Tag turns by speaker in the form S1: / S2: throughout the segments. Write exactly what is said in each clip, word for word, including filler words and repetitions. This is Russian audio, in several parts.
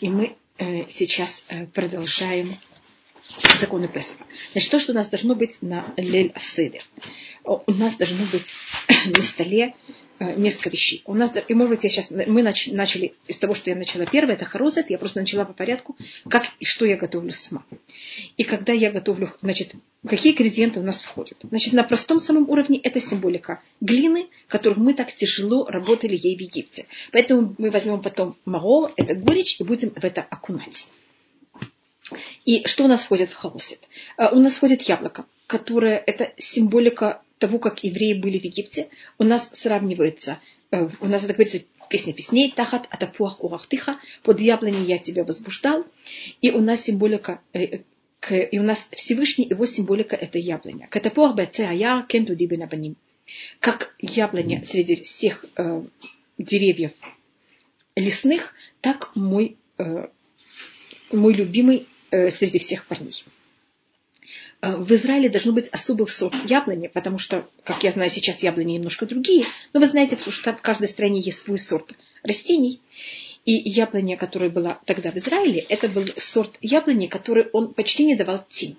S1: И мы э, сейчас э, продолжаем законы Песаха. Значит, то, что у нас должно быть на Лель Аседер. У нас должно быть на столе несколько вещей. У нас, и, может быть, я сейчас, мы нач, начали из того, что я начала первое, это харозет, я просто начала по порядку, как и что я готовлю сама. И когда я готовлю, значит, какие ингредиенты у нас входят. Значит, на простом самом уровне это символика глины, которую мы так тяжело работали ей в Египте. Поэтому мы возьмем потом маро, это горечь, и будем в это окунать. И что у нас входит в харозет? У нас входит яблоко, которое это символика того, как евреи были в Египте. У нас сравнивается, у нас это говорится в песне песней, тахат атапуах урахтыха, под яблоней я тебя возбуждал. И у нас символика, и у нас Всевышний, его символика это яблоня. Катапуах бэцэ аяр кен туди бен абаним. Как яблоня среди всех э, деревьев лесных, так мой, э, мой любимый э, среди всех парней. В Израиле должен быть особый сорт яблони, потому что, как я знаю, сейчас яблони немножко другие, но вы знаете, что в каждой стране есть свой сорт растений. И яблоня, которая была тогда в Израиле, это был сорт яблони, который он почти не давал тень.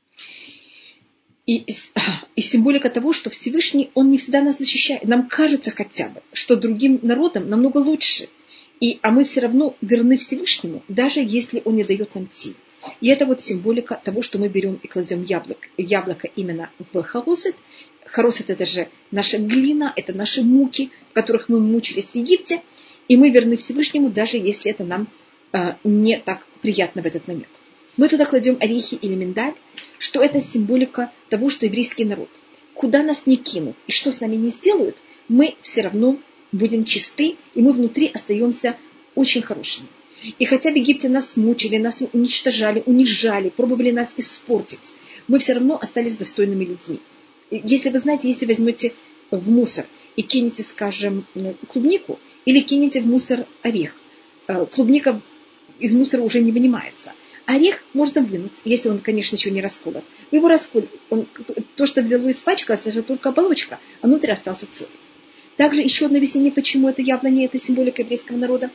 S1: И, и символика того, что Всевышний, он не всегда нас защищает. Нам кажется хотя бы, что другим народам намного лучше. И, а мы все равно верны Всевышнему, даже если он не дает нам тень. И это вот символика того, что мы берем и кладем яблоко, яблоко именно в харозет. Харозет это же наша глина, это наши муки, в которых мы мучились в Египте. И мы верны Всевышнему, даже если это нам э, не так приятно в этот момент. Мы туда кладем орехи или миндаль, что это символика того, что еврейский народ, куда нас не кинут и что с нами не сделают, мы все равно будем чисты, и мы внутри остаемся очень хорошими. И хотя в Египте нас мучили, нас уничтожали, унижали, пробовали нас испортить, мы все равно остались достойными людьми. Если вы знаете, если возьмете в мусор и кинете, скажем, клубнику, или кинете в мусор орех, клубника из мусора уже не вынимается. Орех можно вынуть, если он, конечно, еще не расколот. Вы его расколите, то, что взяло из пачка, это только оболочка, а внутри остался целый. Также еще одно весеннее, почему это яблоня, это символика еврейского народа.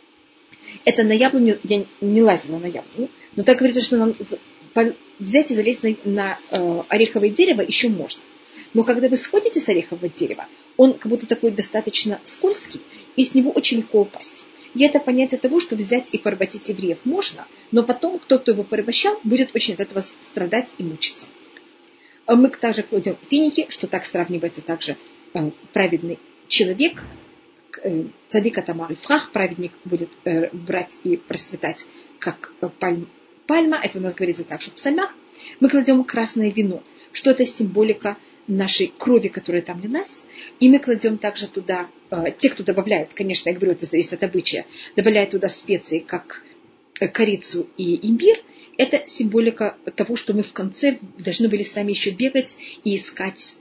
S1: Это на яблоню, я не лазила на яблоню, но так говорится, что нам взять и залезть на, на э, ореховое дерево еще можно. Но когда вы сходите с орехового дерева, он как будто такой достаточно скользкий, и с него очень легко упасть. И это понятие того, что взять и поработить евреев можно, но потом кто, кто его порабощал, будет очень от этого страдать и мучиться. Мы также кладем финики, что так сравнивается также э, праведный человек, цадик тамар ифрах, праведник будет э, брать и процветать, как пальм, пальма, это у нас говорится также в псалмах. Мы кладем красное вино, что это символика нашей крови, которая там для нас. И мы кладем также туда, э, те, кто добавляет, конечно, я говорю, это зависит от обычая, добавляют туда специи, как корицу и имбирь. Это символика того, что мы в конце должны были сами еще бегать и искать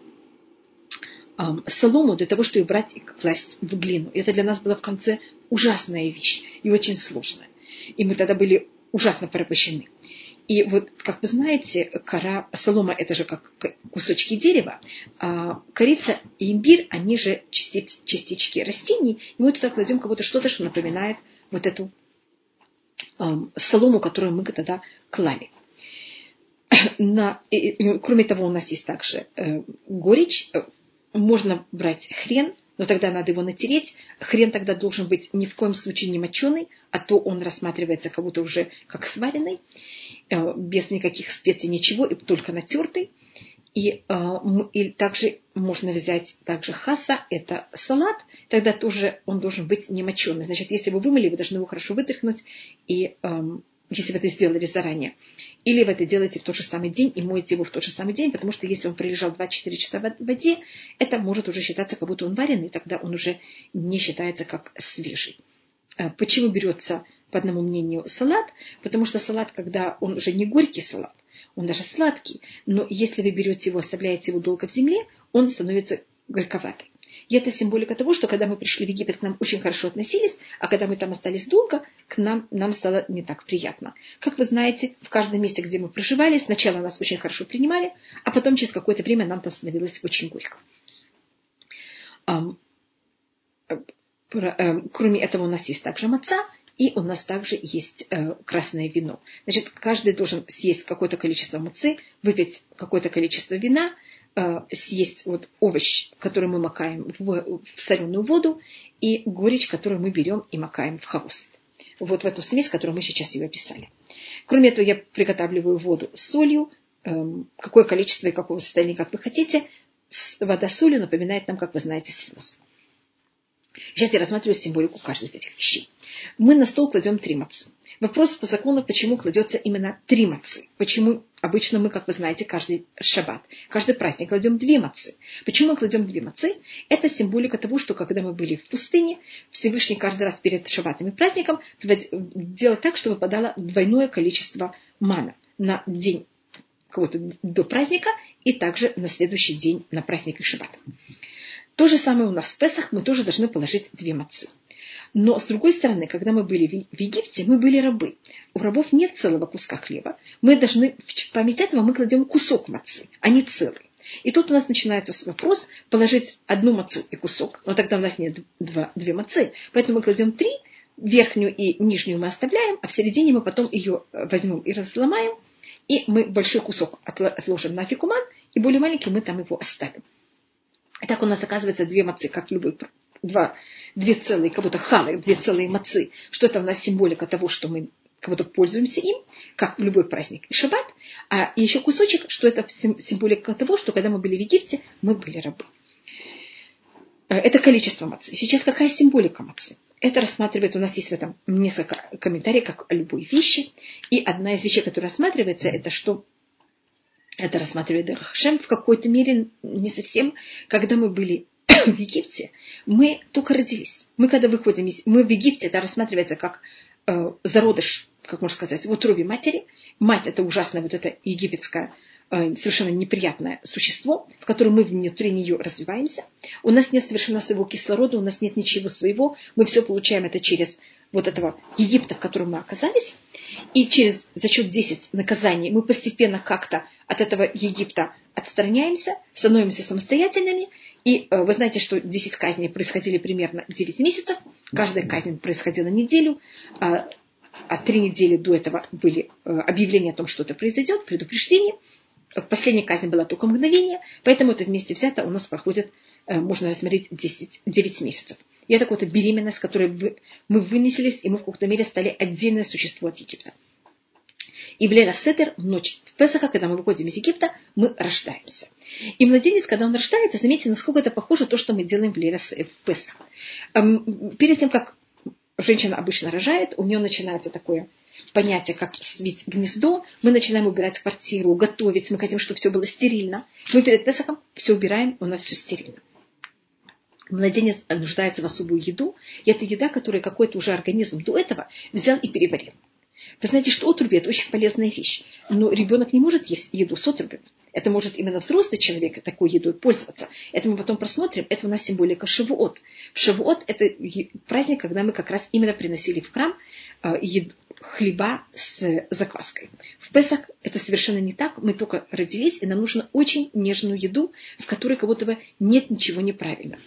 S1: э, солому для того, чтобы брать и класть в глину. И это для нас была в конце ужасная вещь и очень сложная. И мы тогда были ужасно порабощены. И вот, как вы знаете, кора, солома это же как кусочки дерева, а корица и имбирь, они же частиц, частички растений, и мы туда кладем как будто что-то, что напоминает вот эту эм, солому, которую мы тогда клали. На, и, и, кроме того, у нас есть также э, горечь, можно брать хрен, но тогда надо его натереть. Хрен тогда должен быть ни в коем случае не моченый, а то он рассматривается как будто уже как сваренный, без никаких специй, ничего, и только натертый. И, и также можно взять также хаса, это салат, тогда тоже он должен быть не моченый. Значит, если вы вымыли, вы должны его хорошо вытряхнуть, и если вы это сделали заранее. Или вы это делаете в тот же самый день и моете его в тот же самый день, потому что если он пролежал двадцать четыре часа в воде, это может уже считаться, как будто он вареный, тогда он уже не считается как свежий. Почему берется, по одному мнению, салат? Потому что салат, когда он уже не горький салат, он даже сладкий, но если вы берете его, оставляете его долго в земле, он становится горьковатый. И это символика того, что когда мы пришли в Египет, к нам очень хорошо относились, а когда мы там остались долго, к нам, нам стало не так приятно. Как вы знаете, в каждом месте, где мы проживали, сначала нас очень хорошо принимали, а потом через какое-то время нам там становилось очень горько. Кроме этого, у нас есть также маца, и у нас также есть э, красное вино. Значит, каждый должен съесть какое-то количество муцы, выпить какое-то количество вина, э, съесть вот овощ, который мы макаем в, в соленую воду, и горечь, которую мы берем и макаем в хавост. Вот в эту смесь, которую мы сейчас ее описали. Кроме этого, я приготавливаю воду с солью, э, какое количество и какого состояния, как вы хотите. Вода с солью напоминает нам, как вы знаете, слезы. Сейчас я рассматриваю символику каждой из этих вещей. Мы на стол кладем три мацы. Вопрос по закону, почему кладется именно три мацы. Почему обычно мы, как вы знаете, каждый шаббат, каждый праздник кладем две мацы. Почему мы кладем две мацы? Это символика того, что когда мы были в пустыне, Всевышний каждый раз перед шаббатом и праздником делал так, чтобы выпадало двойное количество мана на день кого-то до праздника и также на следующий день на праздник и шаббат. То же самое у нас в Песах, мы тоже должны положить две мацы. Но, с другой стороны, когда мы были в Египте, мы были рабы. У рабов нет целого куска хлеба. Мы должны, в память этого, мы кладем кусок мацы, а не целый. И тут у нас начинается вопрос положить одну мацу и кусок, но тогда у нас нет два, две мацы, поэтому мы кладем три, верхнюю и нижнюю мы оставляем, а в середине мы потом ее возьмем и разломаем, и мы большой кусок отложим на афикуман, и более маленький мы там его оставим. Так у нас оказывается две мацы, как любой, два, две целые, как будто халы, две целые мацы. Что это у нас символика того, что мы как будто пользуемся им, как в любой праздник и шаббат. А еще кусочек, что это символика того, что когда мы были в Египте, мы были рабы. Это количество мацы. Сейчас какая символика мацы? Это рассматривает, у нас есть в этом несколько комментариев, как о любой вещи. И одна из вещей, которая рассматривается, это что это рассматривает Хашем в какой-то мере, не совсем. Когда мы были в Египте, мы только родились. Мы когда выходим из... Мы в Египте, это рассматривается как э, зародыш, как можно сказать, в утробе матери. Мать – это ужасное вот это египетское, э, совершенно неприятное существо, в котором мы внутри нее развиваемся. У нас нет совершенно своего кислорода, у нас нет ничего своего. Мы все получаем это через вот этого Египта, в котором мы оказались. И через, за счет десяти наказаний мы постепенно как-то от этого Египта отстраняемся, становимся самостоятельными. И э, вы знаете, что десять казней происходили примерно девять месяцев. Каждая казнь происходила неделю. А, а три недели до этого были э, объявления о том, что это произойдет, предупреждение. Последняя казнь была только мгновение. Поэтому это вместе взято у нас проходит, э, можно рассмотреть, десять, девять месяцев. И это какая-то беременность, с которой вы, мы вынеслись, и мы в какой-то мере стали отдельное существо от Египта. И в Лейла Седер, в ночь в Песаха, когда мы выходим из Египта, мы рождаемся. И младенец, когда он рождается, заметьте, насколько это похоже на то, что мы делаем в Лейла в Песах. Перед тем, как женщина обычно рожает, у нее начинается такое понятие, как свить гнездо. Мы начинаем убирать квартиру, готовить. Мы хотим, чтобы все было стерильно. Мы перед Песахом все убираем, у нас все стерильно. Младенец нуждается в особую еду, и это еда, которую какой-то уже организм до этого взял и переварил. Вы знаете, что отруби – это очень полезная вещь, но ребенок не может есть еду с отрубями. Это может именно взрослый человек такой едой пользоваться. Это мы потом просмотрим, это у нас символика Шавуот. В Шавуот – это праздник, когда мы как раз именно приносили в храм еду, хлеба с закваской. В Песах это совершенно не так, мы только родились, и нам нужно очень нежную еду, в которой как будто бы нет ничего неправильного.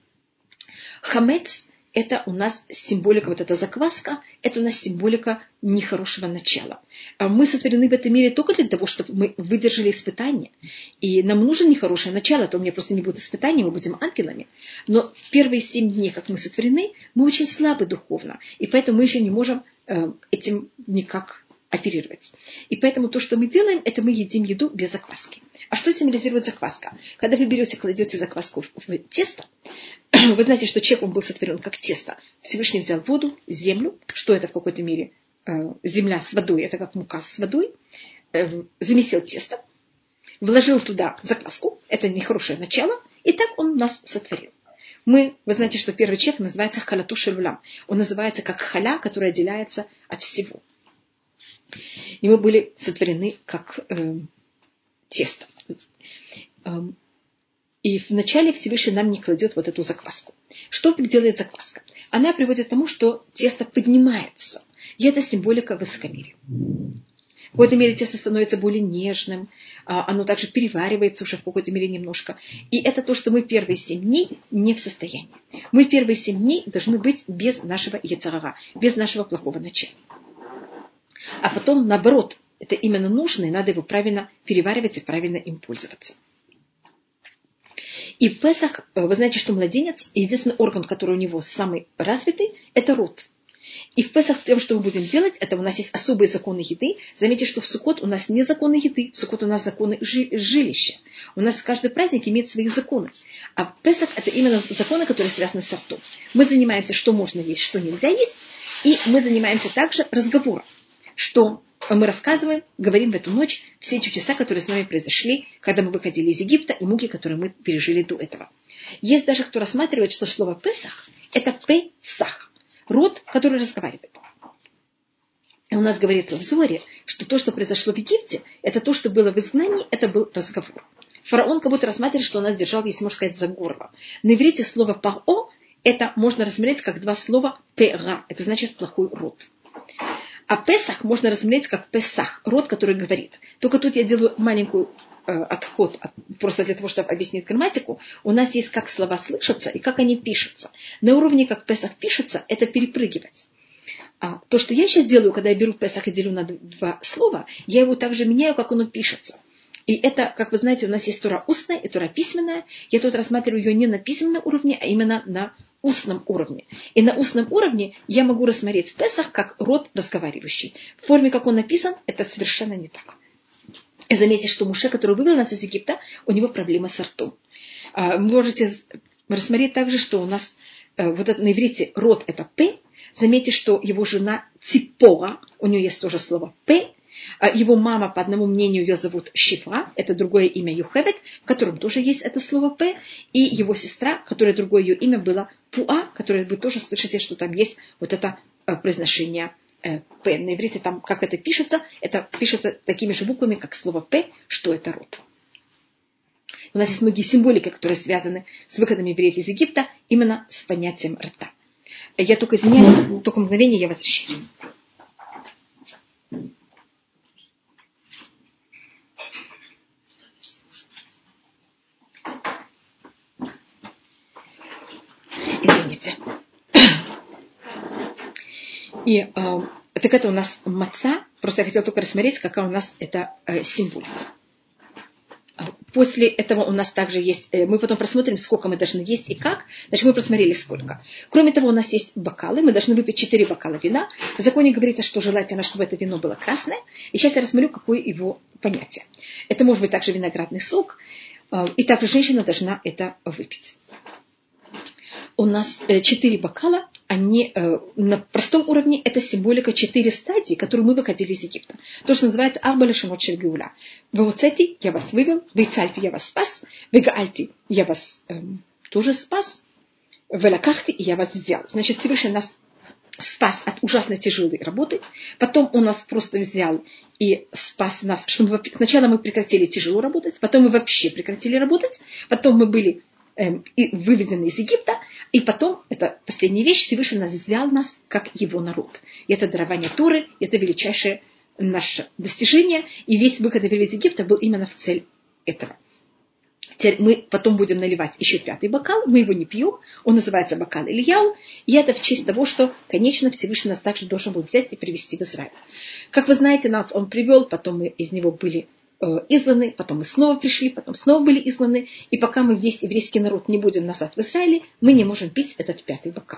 S1: Хамец – это у нас символика, вот эта закваска, это у нас символика нехорошего начала. Мы сотворены в этом мире только для того, чтобы мы выдержали испытания. И нам нужно нехорошее начало, то у меня просто не будет испытаний, мы будем ангелами. Но в первые семь дней, как мы сотворены, мы очень слабы духовно. И поэтому мы еще не можем этим никак оперировать. И поэтому то, что мы делаем, это мы едим еду без закваски. А что символизирует закваска? Когда вы берете, кладете закваску в тесто, вы знаете, что человек, он был сотворен как тесто. Всевышний взял воду, землю, что это в какой-то мере земля с водой, это как мука с водой, замесил тесто, вложил туда закваску, это нехорошее начало, и так он нас сотворил. Мы, вы знаете, что первый человек называется халату шелулам. Он называется как халя, которая отделяется от всего. И мы были сотворены как э, тесто. И вначале Всевышний нам не кладет вот эту закваску. Что делает закваска? Она приводит к тому, что тесто поднимается. И это символика высокомерия. какой-то мере тесто становится более нежным, оно также переваривается уже в какой-то мере немножко. И это то, что мы первые семь дней не в состоянии. Мы первые семь дней должны быть без нашего йецер гара, без нашего плохого начала. А потом, наоборот, это именно нужно, и надо его правильно переваривать и правильно им пользоваться. И в Песах, вы знаете, что младенец, единственный орган, который у него самый развитый, это рот. И в Песах тем, что мы будем делать, это у нас есть особые законы еды. Заметьте, что в Суккот у нас не законы еды, в Суккот у нас законы жилища. У нас каждый праздник имеет свои законы. А в Песах это именно законы, которые связаны с ртом. Мы занимаемся, что можно есть, что нельзя есть. И мы занимаемся также разговором, что мы рассказываем, говорим в эту ночь все чудеса, которые с нами произошли, когда мы выходили из Египта, и муки, которые мы пережили до этого. Есть даже кто рассматривает, что слово «песах» – это «песах». Род, который разговаривает. И у нас говорится в Зоре, что то, что произошло в Египте, это то, что было в изгнании, это был разговор. Фараон как будто рассматривает, что он нас держал, если можно сказать, за горло. На иврите слово «паро» это можно рассмотреть как два слова «пера», это значит плохой род. А Песах можно рассмотреть как Песах, род, который говорит. Только тут я делаю маленькую э, отход, от, просто для того, чтобы объяснить грамматику. У нас есть как слова слышатся и как они пишутся. На уровне, как Песах пишется, это перепрыгивать. А то, что я сейчас делаю, когда я беру Песах и делю на два слова, я его также меняю, как оно пишется. И это, как вы знаете, у нас есть Тора устная и Тора письменная. Я тут рассматриваю ее не на письменном уровне, а именно на устном уровне. И на устном уровне я могу рассмотреть в Песах как род разговаривающий. В форме, как он написан, это совершенно не так. И заметьте, что Моше, который вывел нас из Египта, у него проблема с ртом. Вы можете рассмотреть также, что у нас вот это, на иврите род это П. Заметьте, что его жена Ципора, у нее есть тоже слово П. Его мама, по одному мнению, ее зовут Шифра, это другое имя Юхевет, в котором тоже есть это слово П, и его сестра, которое другое ее имя было Пуа, которое вы тоже слышите, что там есть вот это произношение П. На иврите там, как это пишется, это пишется такими же буквами, как слово П, что это род. У нас есть многие символики, которые связаны с выходом евреев из Египта, именно с понятием рта. Я только извиняюсь, только мгновение, я возвращаюсь. Извините. И э, так это у нас маца. Просто я хотела только рассмотреть, какая у нас это э, символика. После этого у нас также есть, э, мы потом просмотрим, сколько мы должны есть и как. Значит, мы просмотрели сколько. Кроме того, у нас есть бокалы. Мы должны выпить четыре бокала вина. В законе говорится, что желательно, чтобы это вино было красное. И сейчас я рассмотрю, какое его понятие. Это может быть также виноградный сок. Э, и также женщина должна это выпить. У нас четыре бокала, они э, на простом уровне, это символика четыре стадии, которые мы выходили из Египта. То, что называется арба лешонот шель геула. Веуцети, я вас вывел, вейцальти, я вас спас, вегаальти, я вас э, тоже спас, велакахти, я вас взял. Значит, Всевышний нас спас от ужасно тяжелой работы, потом он нас просто взял и спас нас, что мы, сначала мы прекратили тяжело работать, потом мы вообще прекратили работать, потом мы были выведены из Египта, и потом, это последняя вещь, Всевышний нас взял нас как его народ. И это дарование Торы, это величайшее наше достижение, и весь выход из Египта был именно в цель этого. Теперь мы потом будем наливать еще пятый бокал, мы его не пьем, он называется бокал Ильяу, и это в честь того, что, конечно, Всевышний нас также должен был взять и привести в Израиль. Как вы знаете, нас он привел, потом мы из него были изгнаны, потом мы снова пришли, потом снова были изгнаны, и пока мы весь еврейский народ не будем назад в Израиле, мы не можем пить этот пятый бокал.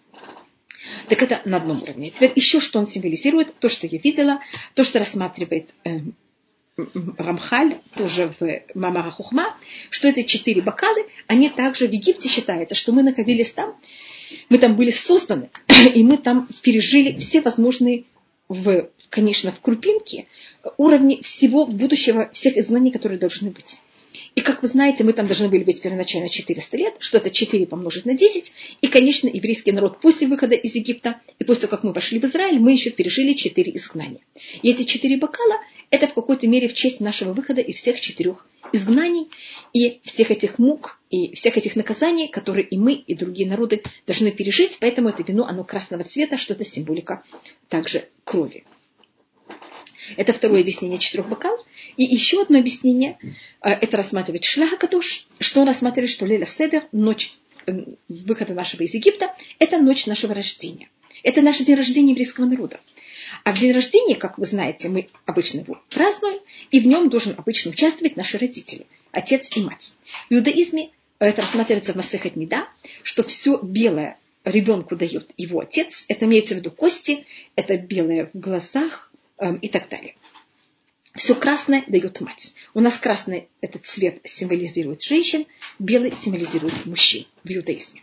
S1: Так это на одном уровне. Теперь еще что он символизирует, то, что я видела, то, что рассматривает э, Рамхаль, тоже в Мамара Хухма, что это четыре бокалы, они также в Египте считается, что мы находились там, мы там были созданы, и мы там пережили все возможные в, конечно, в крупинке уровни всего будущего, всех изгнаний, которые должны быть. И, как вы знаете, мы там должны были быть первоначально четыреста лет, что это четыре помножить на десять. И, конечно, еврейский народ после выхода из Египта, и после того, как мы вошли в Израиль, мы еще пережили четыре изгнания. И эти четыре бокала, это в какой-то мере в честь нашего выхода из всех четырех изгнаний, и всех этих мук, и всех этих наказаний, которые и мы, и другие народы должны пережить. Поэтому это вино, оно красного цвета, что это символика также крови. Это второе объяснение четырех бокалов. И еще одно объяснение, это рассматривает Шлах ха-Кадош, что он рассматривает, что Лейла Седер, ночь выхода нашего из Египта, это ночь нашего рождения. Это наш день рождения еврейского народа. А в день рождения, как вы знаете, мы обычно его празднуем, и в нем должен обычно участвовать наши родители, отец и мать. В иудаизме это рассматривается в Масехет Нида, что все белое ребенку дает его отец, это имеется в виду кости, это белое в глазах э, и так далее. Все красное дает мать. У нас красный этот цвет символизирует женщин, белый символизирует мужчин в иудаизме.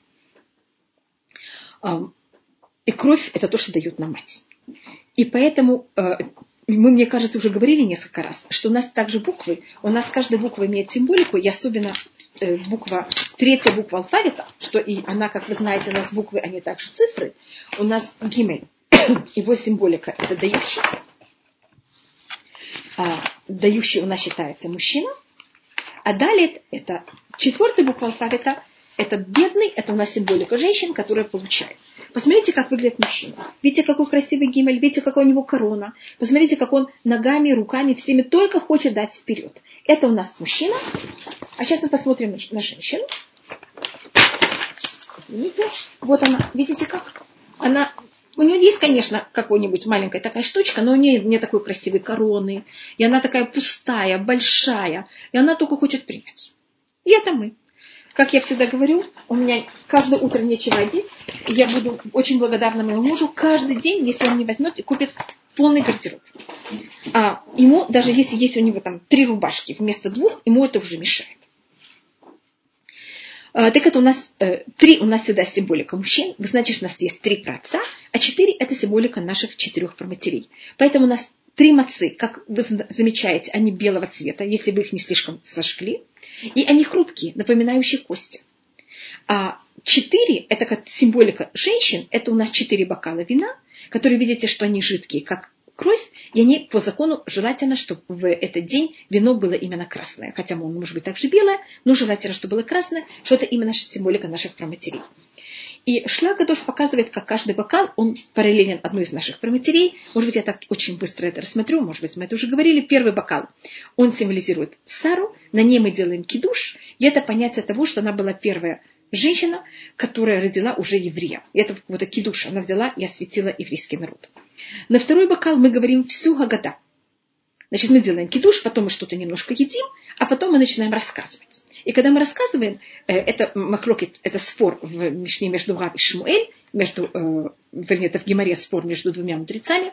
S1: Э, и кровь это то, что дает нам мать. И поэтому э, мы, мне кажется, уже говорили несколько раз, что у нас также буквы, у нас каждая буква имеет символику, и особенно э, буква, третья буква алфавита, что и она, как вы знаете, у нас буквы, они также цифры, у нас гимель, его символика это дающий, а, дающий у нас считается мужчина, а далее это четвертая буква алфавита, это бедный, это у нас символика женщин, которая получает. Посмотрите, как выглядит мужчина. Видите, какой красивый гимель, видите, какая у него корона. Посмотрите, как он ногами, руками, всеми только хочет дать вперед. Это у нас мужчина. А сейчас мы посмотрим на женщину. Видите? Вот она. Видите, как? Она... У нее есть, конечно, какая-нибудь маленькая такая штучка, но у нее не такой красивой короны. И она такая пустая, большая. И она только хочет принять. И это мы. Как я всегда говорю, у меня каждое утро нечего одеть. И я буду очень благодарна моему мужу каждый день, если он не возьмет и купит полный гардероб. А ему, даже если есть у него там три рубашки вместо двух, ему это уже мешает. А, так это у нас э, три у нас всегда символика мужчин. Значит, у нас есть три праотца, а четыре это символика наших четырех праматерей. Поэтому у нас три мацы, как вы замечаете, они белого цвета, если вы их не слишком сожгли. И они хрупкие, напоминающие кости. А четыре, это как символика женщин, это у нас четыре бокала вина, которые видите, что они жидкие, как кровь, и они по закону желательно, чтобы в этот день вино было именно красное. Хотя оно может быть также белое, но желательно, чтобы было красное, что это именно символика наших праматерей. И Шлах ха-Кадош показывает, как каждый бокал, он параллелен одной из наших праматерей. Может быть, я так очень быстро это рассмотрю, может быть, мы это уже говорили. Первый бокал, он символизирует Сару, на ней мы делаем кидуш, и это понятие того, что она была первая женщина, которая родила уже еврея. И это вот кидуш, она взяла и осветила еврейский народ. На второй бокал мы говорим всю Гагада. Значит, мы делаем кидуш, потом мы что-то немножко едим, а потом мы начинаем рассказывать. И когда мы рассказываем, это махлокет, это спор в Мишне между Рав и Шмуэль, между, вернее, это в Гемаре спор между двумя мудрецами,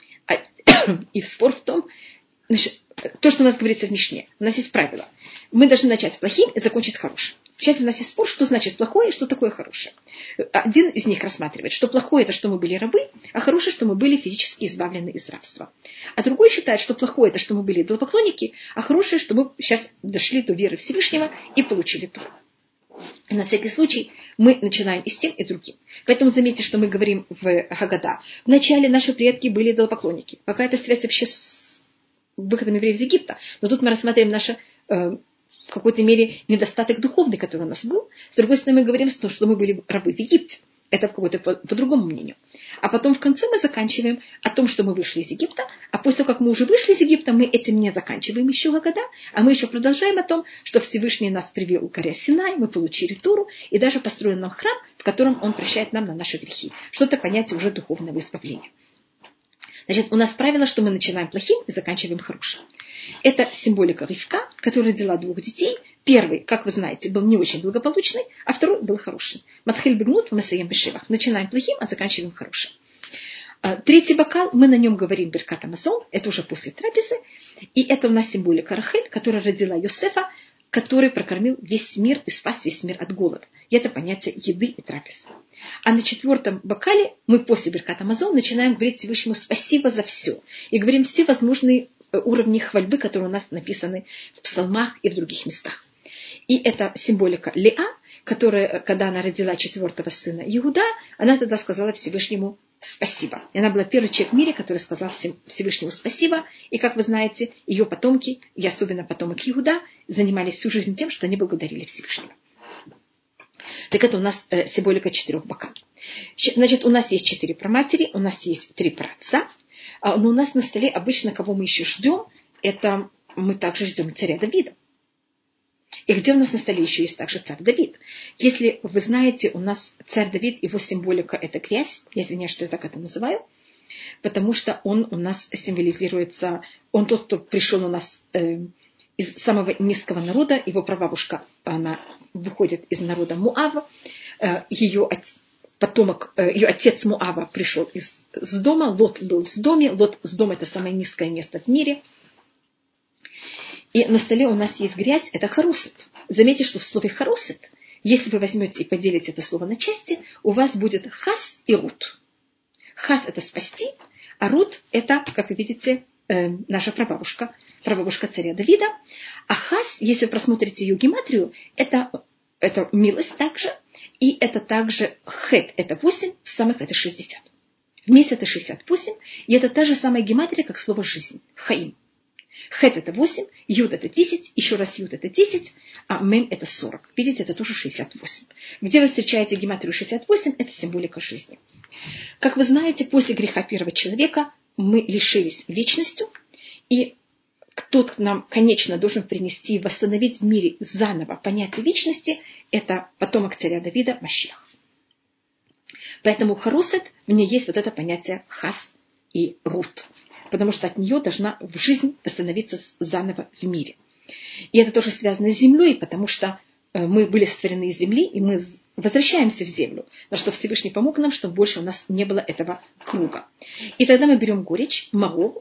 S1: и спор в том, значит, то, что у нас говорится в Мишне. У нас есть правило. Мы должны начать с плохим и закончить с хорошим. Сейчас у нас есть спор, что значит плохое и что такое хорошее. Один из них рассматривает, что плохое это, что мы были рабы, а хорошее, что мы были физически избавлены из рабства. А другой считает, что плохое это, что мы были идолопоклонники, а хорошее, что мы сейчас дошли до веры Всевышнего и получили Тору. На всякий случай мы начинаем и с тем, и другим. Поэтому заметьте, что мы говорим в Хагада. Вначале наши предки были идолопоклонники. Какая-то связь вообще с выходом евреев из Египта. Но тут мы рассматриваем наше... Э, в какой-то мере недостаток духовный, который у нас был. С другой стороны, мы говорим, что мы были рабы в Египте. Это какое-то по, по другому мнению. А потом в конце мы заканчиваем о том, что мы вышли из Египта. А после того, как мы уже вышли из Египта, мы этим не заканчиваем еще года, а мы еще продолжаем о том, что Всевышний нас привел к горе Синай, мы получили Тору и даже построен нам храм, в котором Он прощает нам на наши грехи. Что-то понятие уже духовного избавления. Значит, у нас правило, что мы начинаем плохим и заканчиваем хорошим. Это символика Ривка, которая родила двух детей. Первый, как вы знаете, был не очень благополучный, а второй был хороший. Матхиль бегнут в Масаем бешевах. Начинаем плохим, а заканчиваем хорошим. Третий бокал, мы на нем говорим Беркат Амазон, это уже после трапезы. И это у нас символика Рахель, которая родила Йосефа, который прокормил весь мир и спас весь мир от голода. И это понятие еды и трапезы. А на четвертом бокале мы после Беркат Амазон начинаем говорить Всевышнему спасибо за все. И говорим все возможные уровни хвальбы, которые у нас написаны в псалмах и в других местах. И это символика Леа, которая, когда она родила четвертого сына Иуда, она тогда сказала Всевышнему спасибо. И она была первый человек в мире, который сказал Всевышнему спасибо. И, как вы знаете, ее потомки, и особенно потомок Иуда, занимались всю жизнь тем, что они благодарили Всевышнего. Так это у нас э, символика четырех бокалов. Значит, у нас есть четыре праматери, у нас есть три праотца, а, но у нас на столе обычно, кого мы еще ждем, это мы также ждем царя Давида. И где у нас на столе еще есть также царь Давид? Если вы знаете, у нас царь Давид, его символика – это грязь. Я извиняюсь, что я так это называю. Потому что он у нас символизируется, он тот, кто пришел у нас э, из самого низкого народа. Его прабабушка, она выходит из народа Муава. Э, ее потомок, э, ее отец Муава пришел из, с дома. Лот был с доме. Лот с дома – это самое низкое место в мире. И на столе у нас есть грязь, это харусет. Заметьте, что в слове харусет, если вы возьмете и поделите это слово на части, у вас будет хас и рут. Хас – это спасти, а рут – это, как вы видите, наша прабабушка, прабабушка царя Давида. А хас, если вы просмотрите ее гематрию, это, это милость также, и это также хет – это восемь, самых – это шестьдесят. Вместе это шестьдесят восемь, и это та же самая гематрия, как слово «жизнь» – хаим. Хет это восемь, юд это десять, еще раз юд это десять, а мем это сорок. Видите, это тоже шестьдесят восемь. Где вы встречаете гематрию шестьдесят восемь, это символика жизни. Как вы знаете, после греха первого человека мы лишились вечностью, и тот, кто нам, конечно, должен принести и восстановить в мире заново понятие вечности, это потомок царя Давида Машиах. Поэтому харусет, в ней есть вот это понятие хас и рут. Потому что от нее должна в жизнь восстановиться заново в мире. И это тоже связано с землей, потому что мы были сотворены из земли, и мы возвращаемся в землю. На что Всевышний помог нам, чтобы больше у нас не было этого круга. И тогда мы берем горечь, марор.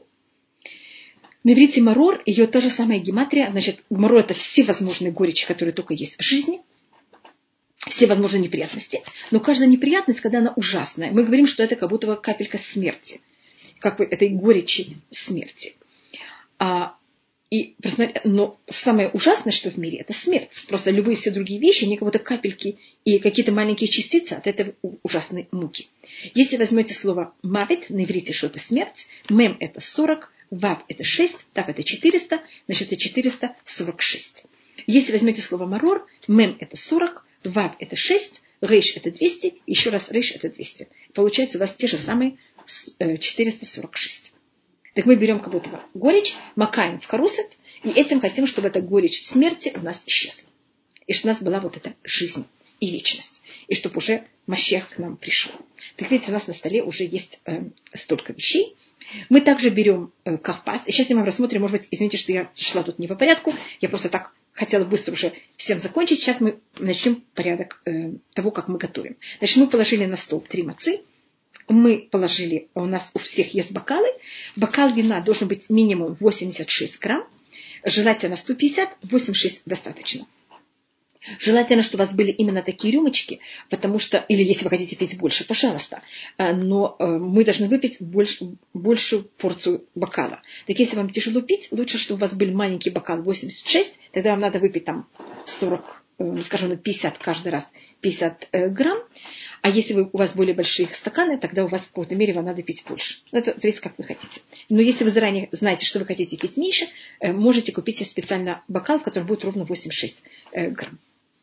S1: На иврите марор, ее та же самая гематрия. Значит, марор – это все возможные горечи, которые только есть в жизни. Все возможные неприятности. Но каждая неприятность, когда она ужасная, мы говорим, что это как будто капелька смерти. Как бы этой горечи смерти. А, и, но самое ужасное, что в мире, это смерть. Просто любые все другие вещи, они как будто капельки и какие-то маленькие частицы от этой ужасной муки. Если возьмете слово мавит, на иврите, что это смерть, мем это сорок, вав это шесть, тав это четыреста, значит это четыреста сорок шесть. Если возьмете слово марор, мем это сорок, вав это шесть, рейш это двести, еще раз рейш это двести. Получается у вас те же самые четыреста сорок шесть. Так мы берем как будто горечь, макаем в харусет, и этим хотим, чтобы эта горечь смерти у нас исчезла. И чтобы у нас была вот эта жизнь и вечность. И чтобы уже Машиах к нам пришел. Так видите, у нас на столе уже есть э, столько вещей. Мы также берем э, карпас. И сейчас мы рассмотрим, может быть, извините, что я шла тут не по порядку. Я просто так хотела быстро уже всем закончить. Сейчас мы начнем порядок э, того, как мы готовим. Значит, мы положили на стол три мацы. Мы положили, у нас у всех есть бокалы. Бокал вина должен быть минимум восемьдесят шесть грамм. Желательно сто пятьдесят, восемьдесят шесть достаточно. Желательно, чтобы у вас были именно такие рюмочки, потому что, или если вы хотите пить больше, пожалуйста, но мы должны выпить больш, большую порцию бокала. Так если вам тяжело пить, лучше, чтобы у вас был маленький бокал восемьдесят шесть, тогда вам надо выпить там сорок, скажем, пятьдесят каждый раз, пятьдесят грамм. А если вы, у вас более большие стаканы, тогда у вас в какой-то мере вам надо пить больше. Это зависит, как вы хотите. Но если вы заранее знаете, что вы хотите пить меньше, можете купить себе специально бокал, в котором будет ровно восемьдесят шесть грамм.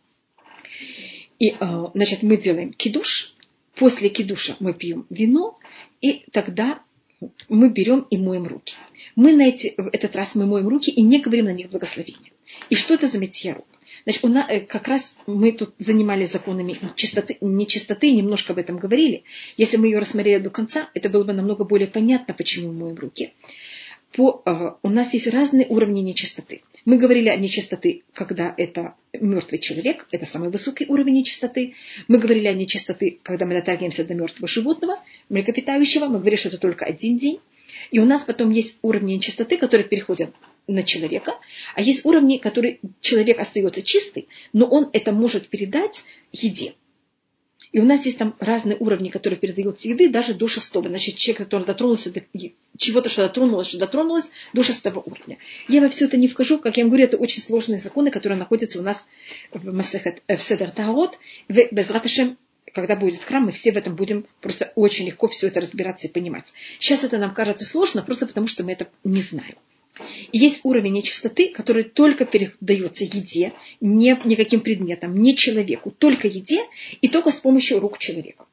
S1: И, значит, мы делаем кидуш. После кидуша мы пьем вино, и тогда мы берем и моем руки. Мы на эти, в этот раз мы моем руки и не говорим на них благословения. И что это за мытье рук? Значит, у нас, как раз мы тут занимались законами чистоты, нечистоты, немножко об этом говорили. Если мы ее рассмотрели до конца, это было бы намного более понятно, почему мы моем руки. По, uh, у нас есть разные уровни нечистоты. Мы говорили о нечистоте, когда это мертвый человек, это самый высокий уровень нечистоты. Мы говорили о нечистоте, когда мы дотрагиваемся до мертвого животного, млекопитающего. Мы говорили, что это только один день. И у нас потом есть уровни нечистоты, которые переходят на человека, а есть уровни, которые человек остается чистый, но он это может передать еде. И у нас есть там разные уровни, которые передаются еды, даже до шестого. Значит, человек, который дотронулся до чего-то, что дотронулось, что дотронулось, до шестого уровня. Я во все это не вхожу. Как я вам говорю, это очень сложные законы, которые находятся у нас в Масехет, в Седер Таарот. В Безрат Ашем, когда будет храм, мы все в этом будем просто очень легко все это разбираться и понимать. Сейчас это нам кажется сложно, просто потому что мы это не знаем. И есть уровень нечистоты, который только передается еде, не никаким предметам, не человеку, только еде и только с помощью рук человека.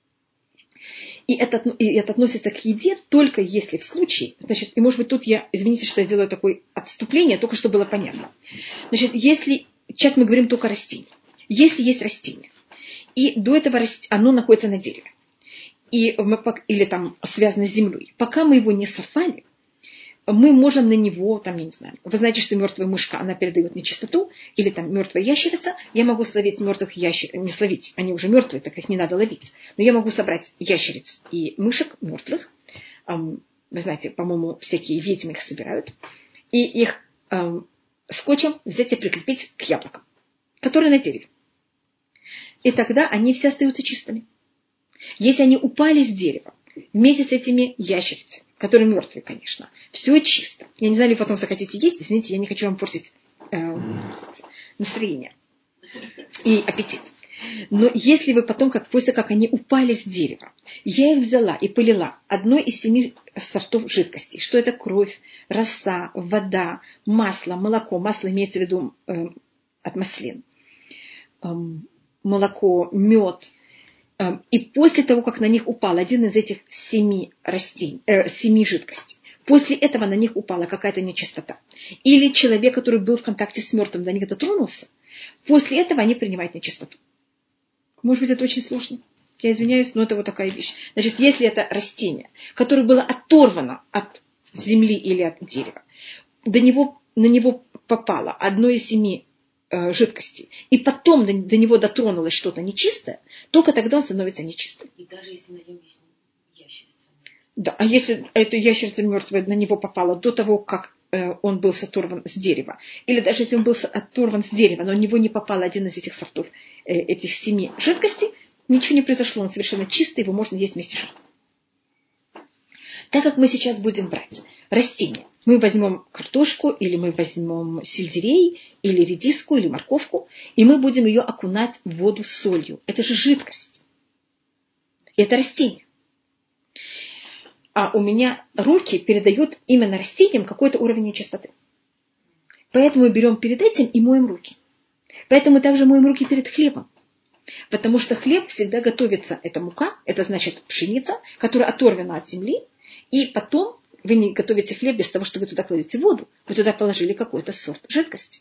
S1: И это, и это относится к еде только если в случае, значит, и может быть тут я, извините, что я делаю такое отступление, только чтобы было понятно. Значит, если, сейчас мы говорим только о растении. Если есть растение, и до этого оно находится на дереве, и мы, или там связано с землей, пока мы его не сорвали, мы можем на него, там, я не знаю, вы знаете, что мертвая мышка, она передает нечистоту, или там мертвая ящерица, я могу словить мертвых ящериц, не словить, они уже мертвые, так их не надо ловить, но я могу собрать ящериц и мышек мертвых, вы знаете, по-моему, всякие ведьмы их собирают, и их скотчем взять и прикрепить к яблокам, которые на дереве. И тогда они все остаются чистыми. Если они упали с дерева, вместе с этими ящерицами, которые мертвые, конечно. Все чисто. Я не знаю, ли потом захотите есть. Извините, я не хочу вам портить э, настроение и аппетит. Но если вы потом, как после как они упали с дерева, я их взяла и полила одной из семи сортов жидкостей. Что это? Кровь, роса, вода, масло, молоко. Масло имеется в виду э, от маслин. Э, молоко, мед. И после того, как на них упал один из этих семи растений, э, семи жидкостей, после этого на них упала какая-то нечистота, или человек, который был в контакте с мертвым, до них дотронулся, после этого они принимают нечистоту. Может быть, это очень сложно. Я извиняюсь, но это вот такая вещь. Значит, если это растение, которое было оторвано от земли или от дерева, до него, на него попало одно из семи жидкости, и потом до, до него дотронулось что-то нечистое, только тогда он становится нечистым.
S2: И даже если на нем есть ящерица.
S1: Да, а если эта ящерица мертвая на него попала до того, как э, он был оторван с дерева, или даже если он был оторван с дерева, но у него не попал один из этих сортов, э, этих семи жидкостей, ничего не произошло, он совершенно чистый, его можно есть вместе с жидкостью. Так как мы сейчас будем брать растения, мы возьмем картошку, или мы возьмем сельдерей, или редиску, или морковку, и мы будем ее окунать в воду с солью. Это же жидкость. И это растение. А у меня руки передают именно растениям какой-то уровень нечистоты. Поэтому мы берем перед этим и моем руки. Поэтому мы также моем руки перед хлебом. Потому что хлеб всегда готовится, это мука, это значит пшеница, которая оторвана от земли, и потом вы не готовите хлеб без того, что вы туда кладете воду. Вы туда положили какой-то сорт жидкости.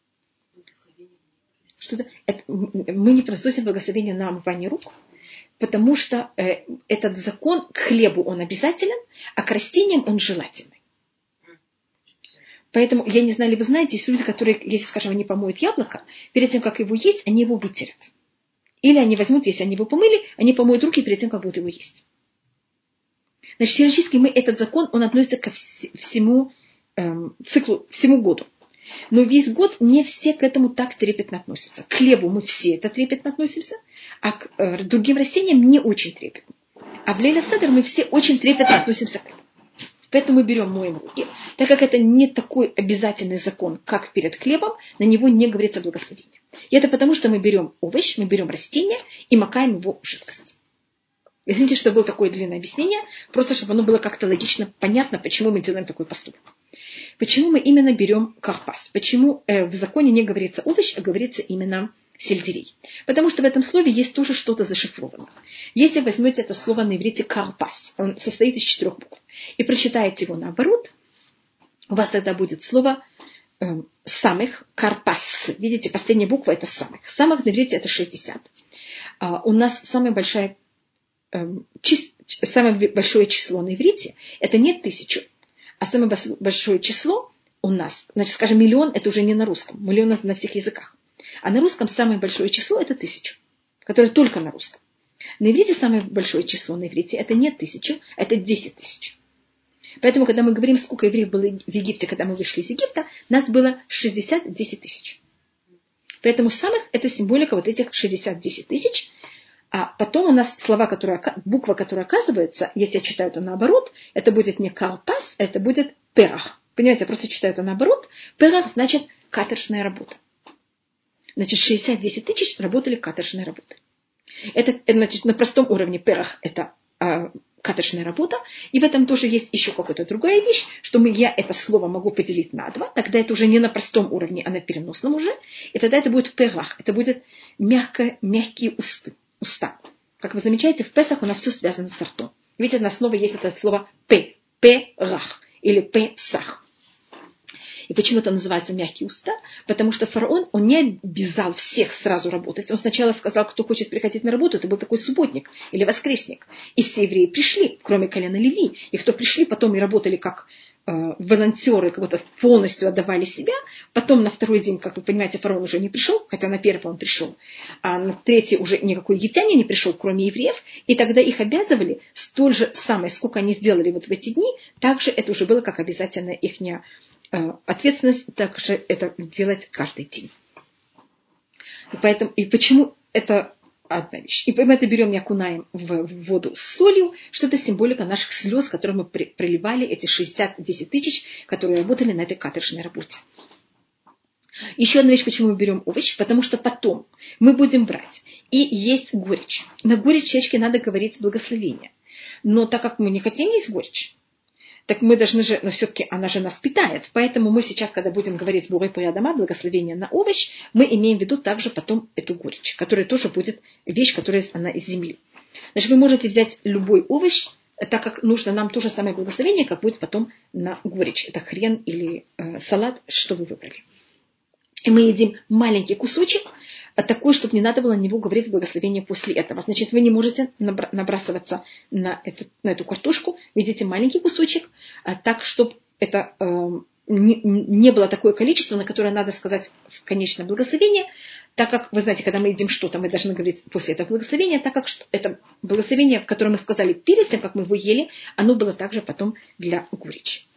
S1: Что-то, это, мы не произносим благословение на омывание рук, потому что э, этот закон к хлебу он обязателен, а к растениям он желательный. Поэтому, я не знаю, ли вы знаете, есть люди, которые, если, скажем, они помоют яблоко, перед тем, как его есть, они его вытерят. Или они возьмут, если они его помыли, они помоют руки перед тем, как будут его есть. Значит, теоретически мы, этот закон, он относится ко всему эм, циклу, всему году. Но весь год не все к этому так трепетно относятся. К хлебу мы все это трепетно относимся, а к э, другим растениям не очень трепетно. А в Лейля Седер мы все очень трепетно относимся к этому. Поэтому мы берем, моем руки. Так как это не такой обязательный закон, как перед хлебом, на него не говорится благословение. И это потому, что мы берем овощ, мы берем растение и макаем его в жидкость. Извините, что было такое длинное объяснение, просто чтобы оно было как-то логично понятно, почему мы делаем такой поступок. Почему мы именно берем карпас? Почему э, в законе не говорится овощ, а говорится именно сельдерей? Потому что в этом слове есть тоже что-то зашифровано. Если возьмете это слово на иврите карпас, он состоит из четырех букв, и прочитаете его наоборот, у вас тогда будет слово э, самых, карпас. Видите, последняя буква это самых. Самых на иврите это шестьдесят. А у нас самая большая самое большое число на иврите это не тысячу, а самое большое число у нас, значит, скажем, миллион это уже не на русском, миллион это на всех языках, а на русском самое большое число это тысячу, которое только на русском. На иврите самое большое число на иврите это не тысячу, это десять тысяч. Поэтому, когда мы говорим, сколько евреев было в Египте, когда мы вышли из Египта, нас было шестьдесят десять тысяч. Поэтому самых это символика вот этих шестьдесят десять тысяч. А потом у нас слова, которые, буква, которая оказывается, если я читаю это наоборот, это будет не карпас, это будет перах. Понимаете, я просто читаю это наоборот. Перах значит каторжная работа. Значит, шестьдесят десять тысяч работали каторжной работой. Это, значит, на простом уровне перах это э, каторжная работа, и в этом тоже есть еще какая-то другая вещь, что мы, я это слово могу поделить на два, тогда это уже не на простом уровне, а на переносном уже, и тогда это будет перах, это будет мягко, мягкие усты, уста. Как вы замечаете, в Песах у нас все связано с ртом. Видите, на основе есть это слово пе, перах или песах. И почему это называется мягкие уста? Потому что фараон, он не обязал всех сразу работать. Он сначала сказал, кто хочет приходить на работу, это был такой субботник или воскресник. И все евреи пришли, кроме колена Леви. И кто пришли, потом и работали как э, волонтеры, как будто полностью отдавали себя. Потом на второй день, как вы понимаете, фараон уже не пришел, хотя на первый он пришел. А на третий уже никакой египтянин не пришел, кроме евреев. И тогда их обязывали столь же самое, сколько они сделали вот в эти дни, также это уже было как обязательно их ответственность, также это делать каждый день. И, поэтому, и почему это одна вещь? И мы это берем и окунаем в воду с солью, что это символика наших слез, которые мы проливали, эти шестьдесят десять тысяч, которые работали на этой каторжной работе. Еще одна вещь, почему мы берем овощ, потому что потом мы будем брать и есть горечь. На горечь человечке надо говорить благословение. Но так как мы не хотим есть горечь, так мы должны же, но все-таки она же нас питает. Поэтому мы сейчас, когда будем говорить «Бурей Пуядама», благословение на овощ, мы имеем в виду также потом эту горечь, которая тоже будет вещь, которая она из земли. Значит, вы можете взять любой овощ, так как нужно нам то же самое благословение, как будет потом на горечь. Это хрен или э, салат, что вы выбрали. И мы едим маленький кусочек, такой, чтобы не надо было на него говорить благословение после этого. Значит, вы не можете набрасываться на эту, на эту картошку, видите маленький кусочек, так, чтобы это э, не, не было такое количество, на которое надо сказать в конечном благословении, так как, вы знаете, когда мы едим что-то, мы должны говорить после этого благословения, так как это благословение, которое мы сказали перед тем, как мы его ели, оно было также потом для горечи.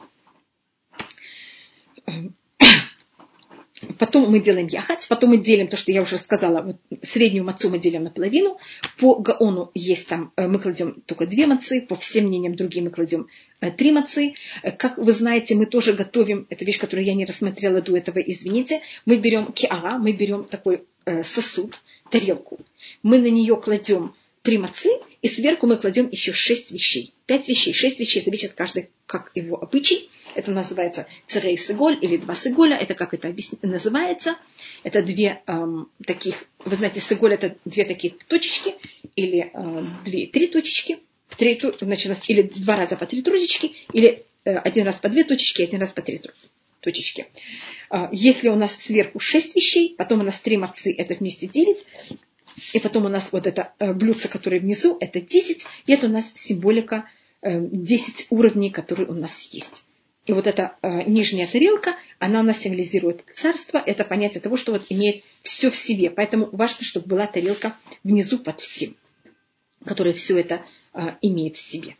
S1: Потом мы делаем яхать, потом мы делим то, что я уже рассказала, вот среднюю мацу мы делим наполовину, по гаону есть там, мы кладем только две мацы, по всем мнениям другим мы кладем три мацы. Как вы знаете, мы тоже готовим, это вещь, которую я не рассмотрела до этого, извините, мы берем киара, мы берем такой сосуд, тарелку, мы на нее кладем три мацы, и сверху мы кладем еще шесть вещей. Пять вещей, шесть вещей, зависит каждый, как его обычай. Это называется царей сыголь или два сыголя. Это как это называется. Это две эм, таких, вы знаете, сыголь это две такие точечки, или э, две, три точечки, три, значит, или два раза по три точечки, или э, один раз по две точечки, один раз по три точечки. Э, если у нас сверху шесть вещей, потом у нас три мацы, это вместе девять, и потом у нас вот это э, блюдце, которое внизу, это десять, и это у нас символика э, десять уровней, которые у нас есть. И вот эта э, нижняя тарелка, она у нас символизирует царство, это понятие того, что вот имеет все в себе. Поэтому важно, чтобы была тарелка внизу под всем, которая все это э, имеет в себе.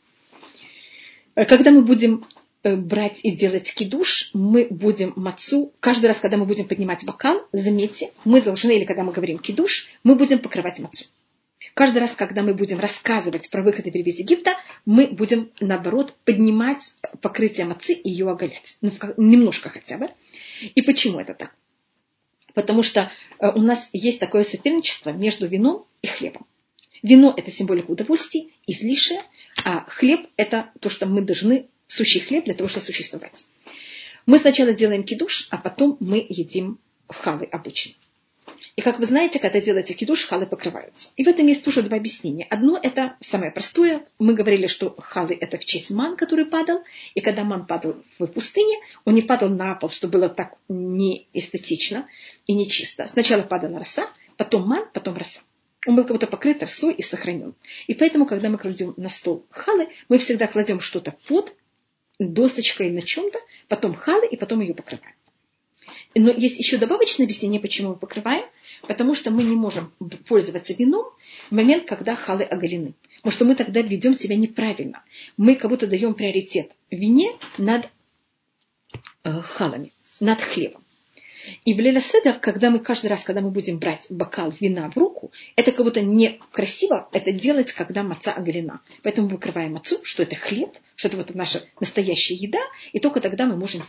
S1: Когда мы будем э, брать и делать кидуш, мы будем мацу, каждый раз, когда мы будем поднимать бокал, заметьте, мы должны, или когда мы говорим кидуш, мы будем покрывать мацу. Каждый раз, когда мы будем рассказывать про выход из Египта, мы будем, наоборот, поднимать покрытие мацы и ее оголять. Ну, немножко хотя бы. И почему это так? Потому что у нас есть такое соперничество между вином и хлебом. Вино – это символика удовольствия, излишия, а хлеб – это то, что мы должны, сущий хлеб для того, чтобы существовать. Мы сначала делаем кидуш, а потом мы едим халы обычно. И как вы знаете, когда делаете кидуш, халы покрываются. И в этом есть тоже два объяснения. Одно – это самое простое. Мы говорили, что халы – это в честь ман, который падал. И когда ман падал в пустыне, он не падал на пол, что было так неэстетично и нечисто. Сначала падала роса, потом ман, потом роса. Он был как будто покрыт росой и сохранен. И поэтому, когда мы кладем на стол халы, мы всегда кладем что-то под досочкой на чем-то, потом халы и потом ее покрываем. Но есть еще добавочное объяснение, почему мы покрываем. Потому что мы не можем пользоваться вином в момент, когда халы оголены. Потому что мы тогда ведем себя неправильно. Мы как будто даем приоритет вине над э, халами, над хлебом. И в Лейла Седер, когда мы каждый раз, когда мы будем брать бокал вина в руку, это как будто некрасиво это делать, когда маца оголена. Поэтому мы выкрываем мацу, что это хлеб, что это вот наша настоящая еда, и только тогда мы можем взять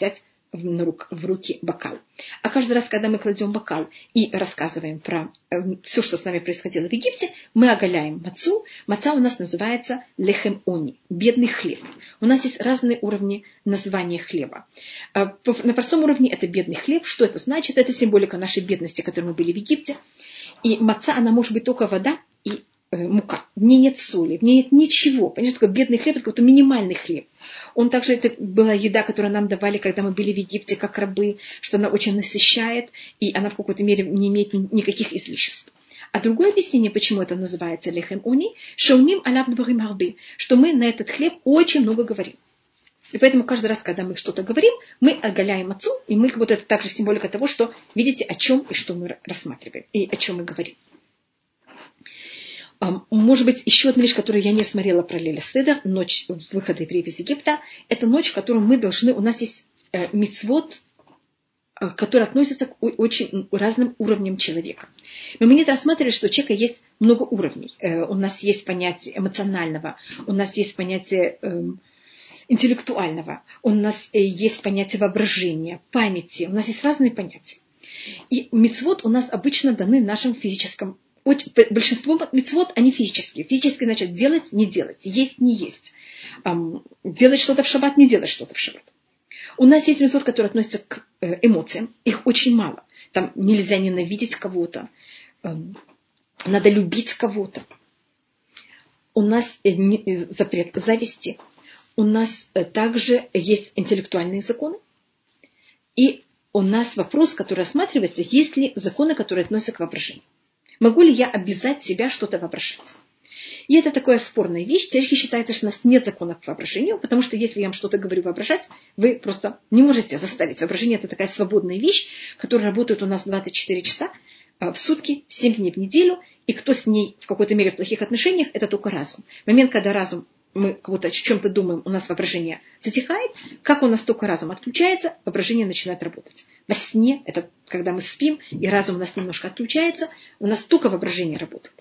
S1: в, рук, в руки бокал. А каждый раз, когда мы кладем бокал и рассказываем про э, все, что с нами происходило в Египте, мы оголяем мацу. Маца у нас называется лехем они, бедный хлеб. У нас есть разные уровни названия хлеба. Э, по, на простом уровне это бедный хлеб. Что это значит? Это символика нашей бедности, которой мы были в Египте. И маца, она может быть только вода и э, мука. В ней нет соли, в ней нет ничего. Понимаете, такой бедный хлеб, это какой-то минимальный хлеб. Он также, это была еда, которую нам давали, когда мы были в Египте, как рабы, что она очень насыщает, и она в какой-то мере не имеет никаких излишеств. А другое объяснение, почему это называется лехем они, шауним аляв дворим харби, что мы на этот хлеб очень много говорим. И поэтому каждый раз, когда мы что-то говорим, мы оголяем отцу, и мы, вот это также символика того, что видите, о чем и что мы рассматриваем, и о чем мы говорим. Может быть, еще одна вещь, которую я не смотрела про Лейль седер, ночь выхода евреев из Египта, это ночь, в которую мы должны, у нас есть э, мицвот, э, который относится к очень разным уровням человека. Мы не рассматривали, что у человека есть много уровней. Э, у нас есть понятие эмоционального, у нас есть понятие э, интеллектуального, у нас э, есть понятие воображения, памяти, у нас есть разные понятия. И мицвот у нас обычно даны в нашем физическом. Большинство мицвот, они физические. Физически значит делать, не делать, есть, не есть. Эм, делать что-то в шаббат, не делать что-то в шаббат. У нас есть мицвот, которые относятся к э, эмоциям. Их очень мало. Там нельзя ненавидеть кого-то. Эм, надо любить кого-то. У нас э, не, э, запрет зависти. У нас э, также есть интеллектуальные законы. И у нас вопрос, который рассматривается, есть ли законы, которые относятся к воображению. Могу ли я обязать себя что-то воображать? И это такая спорная вещь. Теоретически считается, что у нас нет закона к воображению, потому что если я вам что-то говорю воображать, вы просто не можете заставить. Воображение – это такая свободная вещь, которая работает у нас двадцать четыре часа в сутки, семь дней в неделю, и кто с ней в какой-то мере в плохих отношениях, это только разум. В момент, когда разум, мы как-то о чем-то думаем, у нас воображение затихает, как у нас только разум отключается, воображение начинает работать. Во сне, это когда мы спим, и разум у нас немножко отключается, у нас только воображение работает.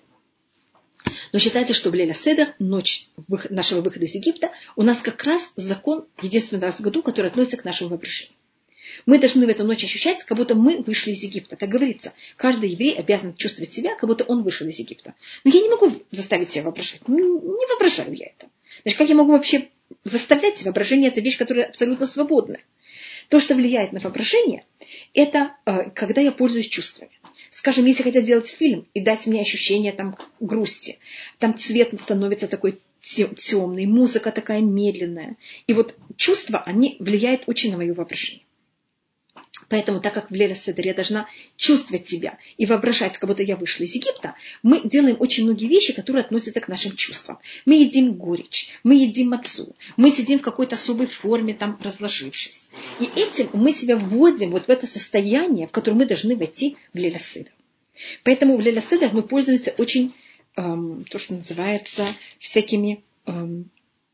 S1: Но считается, что в Лейль седер, ночь нашего выхода из Египта, у нас как раз закон, единственный раз в году, который относится к нашему воображению. Мы должны в эту ночь ощущать, как будто мы вышли из Египта. Так говорится, каждый еврей обязан чувствовать себя, как будто он вышел из Египта. Но я не могу заставить себя воображать. Не воображаю я это. Значит, как я могу вообще заставлять себя? Воображение – это вещь, которая абсолютно свободная. То, что влияет на воображение, это э, когда я пользуюсь чувствами. Скажем, если хотят делать фильм и дать мне ощущение там, грусти, там цвет становится такой темный, музыка такая медленная. И вот чувства, они влияют очень на мое воображение. Поэтому, так как в Лейль седер я должна чувствовать себя и воображать, как будто я вышла из Египта, мы делаем очень многие вещи, которые относятся к нашим чувствам. Мы едим горечь, мы едим мацу, мы сидим в какой-то особой форме, там разложившись. И этим мы себя вводим вот в это состояние, в которое мы должны войти в Лейль седер. Поэтому в Лейль седер мы пользуемся очень, эм, то, что называется, всякими... Эм,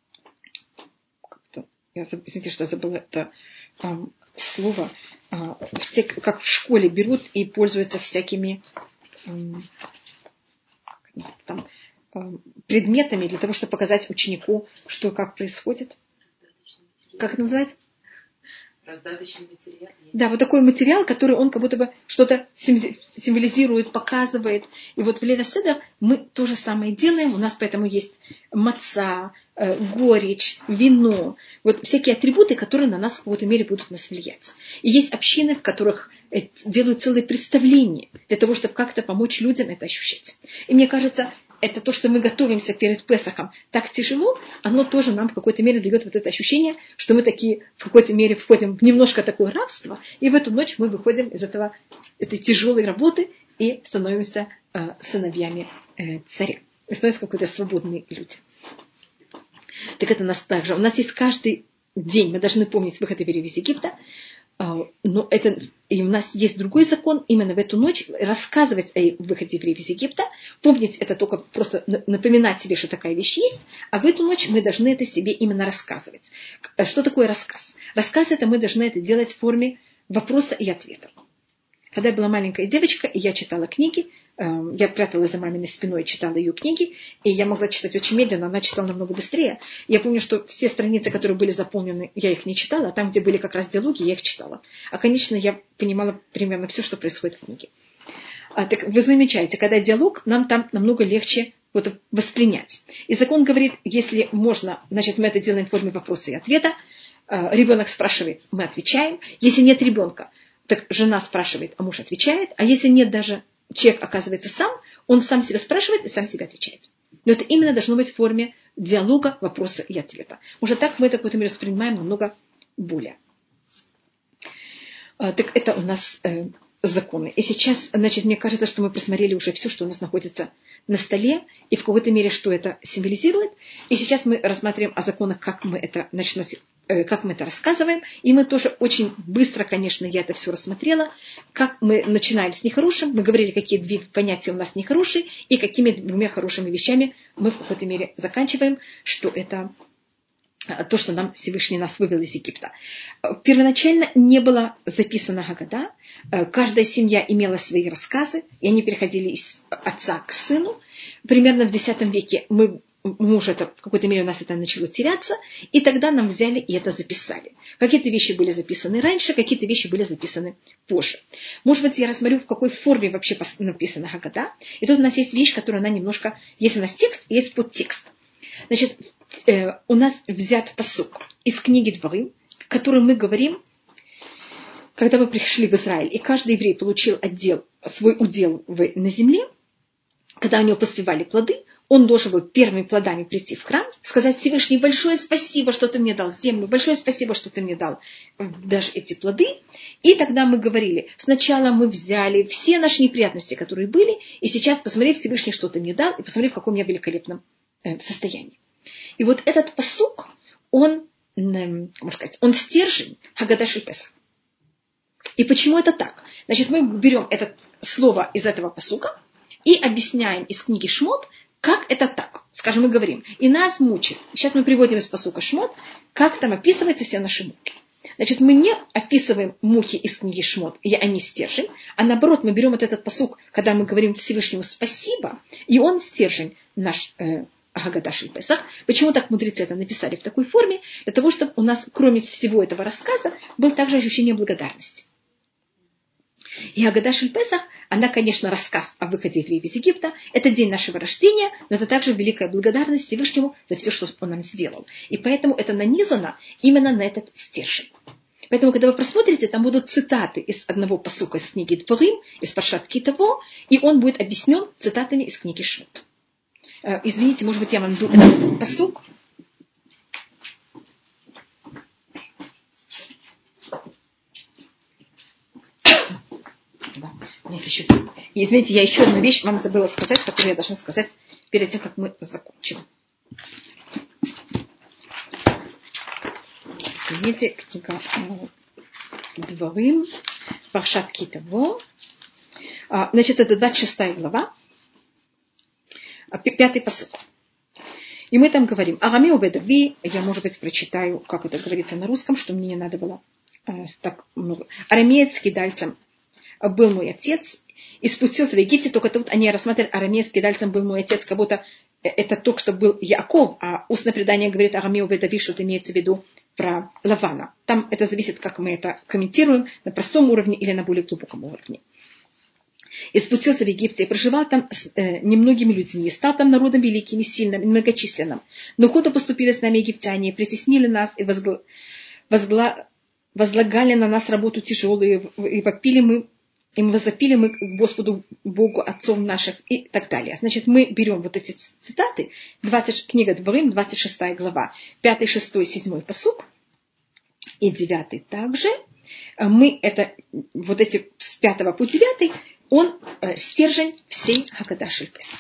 S1: как-то, я забыла, извините, что я забыла это эм, слово... Все, как в школе берут и пользуются всякими там, предметами для того, чтобы показать ученику, что как происходит. Как это называется?
S2: Раздаточный материал.
S1: Да, вот такой материал, который он как будто бы что-то символизирует, показывает. И вот в Лейль седер мы то же самое делаем. У нас поэтому есть маца, горечь, вино. Вот всякие атрибуты, которые на нас в какой-то мере будут нас влиять. И есть общины, в которых делают целые представления для того, чтобы как-то помочь людям это ощущать. И мне кажется, это то, что мы готовимся перед Песахом, так тяжело, оно тоже нам в какой-то мере дает вот это ощущение, что мы такие в какой-то мере входим в немножко такое рабство, и в эту ночь мы выходим из этого, этой тяжелой работы и становимся э, сыновьями э, царя. И становимся какой-то свободные люди. Так это нас также. У нас есть каждый день, мы должны помнить выход евреев из Египта, но это, и у нас есть другой закон, именно в эту ночь рассказывать о выходе евреев из Египта, помнить это только просто напоминать себе, что такая вещь есть, а в эту ночь мы должны это себе именно рассказывать. Что такое рассказ? Рассказ это мы должны это делать в форме вопроса и ответа. Когда я была маленькая девочка, и я читала книги, я пряталась за маминой спиной, читала ее книги, и я могла читать очень медленно, она читала намного быстрее. Я помню, что все страницы, которые были заполнены, я их не читала, а там, где были как раз диалоги, я их читала. А, конечно, я понимала примерно все, что происходит в книге. А, так вы замечаете, когда диалог, нам там намного легче вот, воспринять. И закон говорит, если можно, значит, мы это делаем в форме вопроса и ответа. Ребенок спрашивает, мы отвечаем. Если нет ребенка, так жена спрашивает, а муж отвечает. А если нет даже, человек оказывается сам, он сам себя спрашивает и сам себя отвечает. Но это именно должно быть в форме диалога, вопроса и ответа. Уже так мы это в какой-то мере воспринимаем намного более. Так это у нас э, законы. И сейчас, значит, мне кажется, что мы просмотрели уже все, что у нас находится на столе, и в какой-то мере, что это символизирует. И сейчас мы рассматриваем о законах, как мы это начнем, как мы это рассказываем. И мы тоже очень быстро, конечно, я это все рассмотрела, как мы начинали с нехорошим, мы говорили, какие две понятия у нас нехорошие, и какими двумя хорошими вещами мы в какой-то мере заканчиваем, что это то, что нам Всевышний нас вывел из Египта. Первоначально не было записано Гагада. Каждая семья имела свои рассказы, и они переходили из отца к сыну. Примерно в десятом веке мы, муж это, в какой-то мере у нас это начало теряться, и тогда нам взяли и это записали. Какие-то вещи были записаны раньше, какие-то вещи были записаны позже. Может быть, я рассмотрю, в какой форме вообще написана Гагада. И тут у нас есть вещь, которая она немножко... Есть у нас текст, есть подтекст. Значит, э, у нас взят пасук из книги Дворим, который мы говорим, когда мы пришли в Израиль, и каждый еврей получил отдел, свой удел в, на земле, когда у него поспевали плоды, он должен был первыми плодами прийти в храм, сказать Всевышний, большое спасибо, что ты мне дал землю, большое спасибо, что ты мне дал даже эти плоды. И тогда мы говорили, сначала мы взяли все наши неприятности, которые были, и сейчас посмотри, Всевышний, что ты мне дал, и посмотри, в каком я великолепном э, состоянии. И вот этот пасук, он, э, можно сказать, он стержень Хагада шель Песах. И почему это так? Значит, мы берем это слово из этого пасука и объясняем из книги Шмот, как это так. Скажем, мы говорим, и нас мучит. Сейчас мы приводим из пасука Шмот, как там описываются все наши муки. Значит, мы не описываем муки из книги Шмот, и они стержень, а наоборот, мы берем вот этот пасук, когда мы говорим Всевышнему спасибо, и он стержень наш э, Гагада шель Песах. Почему так мудрецы это написали в такой форме? Для того, чтобы у нас, кроме всего этого рассказа, было также ощущение благодарности. И Гагада шель Песах, она, конечно, рассказ о выходе евреев из Египта. Это день нашего рождения, но это также великая благодарность Всевышнему за все, что он нам сделал. И поэтому это нанизано именно на этот стержень. Поэтому, когда вы просмотрите, там будут цитаты из одного пасука из книги Дворим, из Паршат Ки Таво, и он будет объяснен цитатами из книги Шмот. Извините, может быть, я вам ду этот пасук. Да, у меня есть еще... Извините, я еще одну вещь вам забыла сказать, которую я должна сказать перед тем, как мы закончим. Извините, книга Дворим, Паршат Ки Таво. Значит, это двадцать шестая глава, пятый пасук. И мы там говорим, Арами обедави, я, может быть, прочитаю, как это говорится на русском, что мне не надо было э, так много. Арамеец с кидальцем был мой отец, и спустился в Египте, только тут они рассматривают, арамеец с кидальцем был мой отец, как будто это только что был Яаков, а устное предание говорит Арами обедави, что это имеется в виду про Лавана. Там это зависит, как мы это комментируем, на простом уровне или на более глубоком уровне. И спустился в Египте, и проживал там с э, немногими людьми, и стал там народом великим и сильным, и многочисленным. Но худо поступили с нами египтяне, и притеснили нас, и возгла... Возгла... возлагали на нас работу тяжелую, и вопили мы, и мы возопили мы к Господу Богу, отцов наших, и так далее. Значит, мы берем вот эти цитаты, двадцать, книга Дворим, двадцать шестая глава, пятый, шестой, седьмой пасук, и девятый также. Мы это, вот эти с пятого по девятый, он э, стержень всей Гагада шель Песах.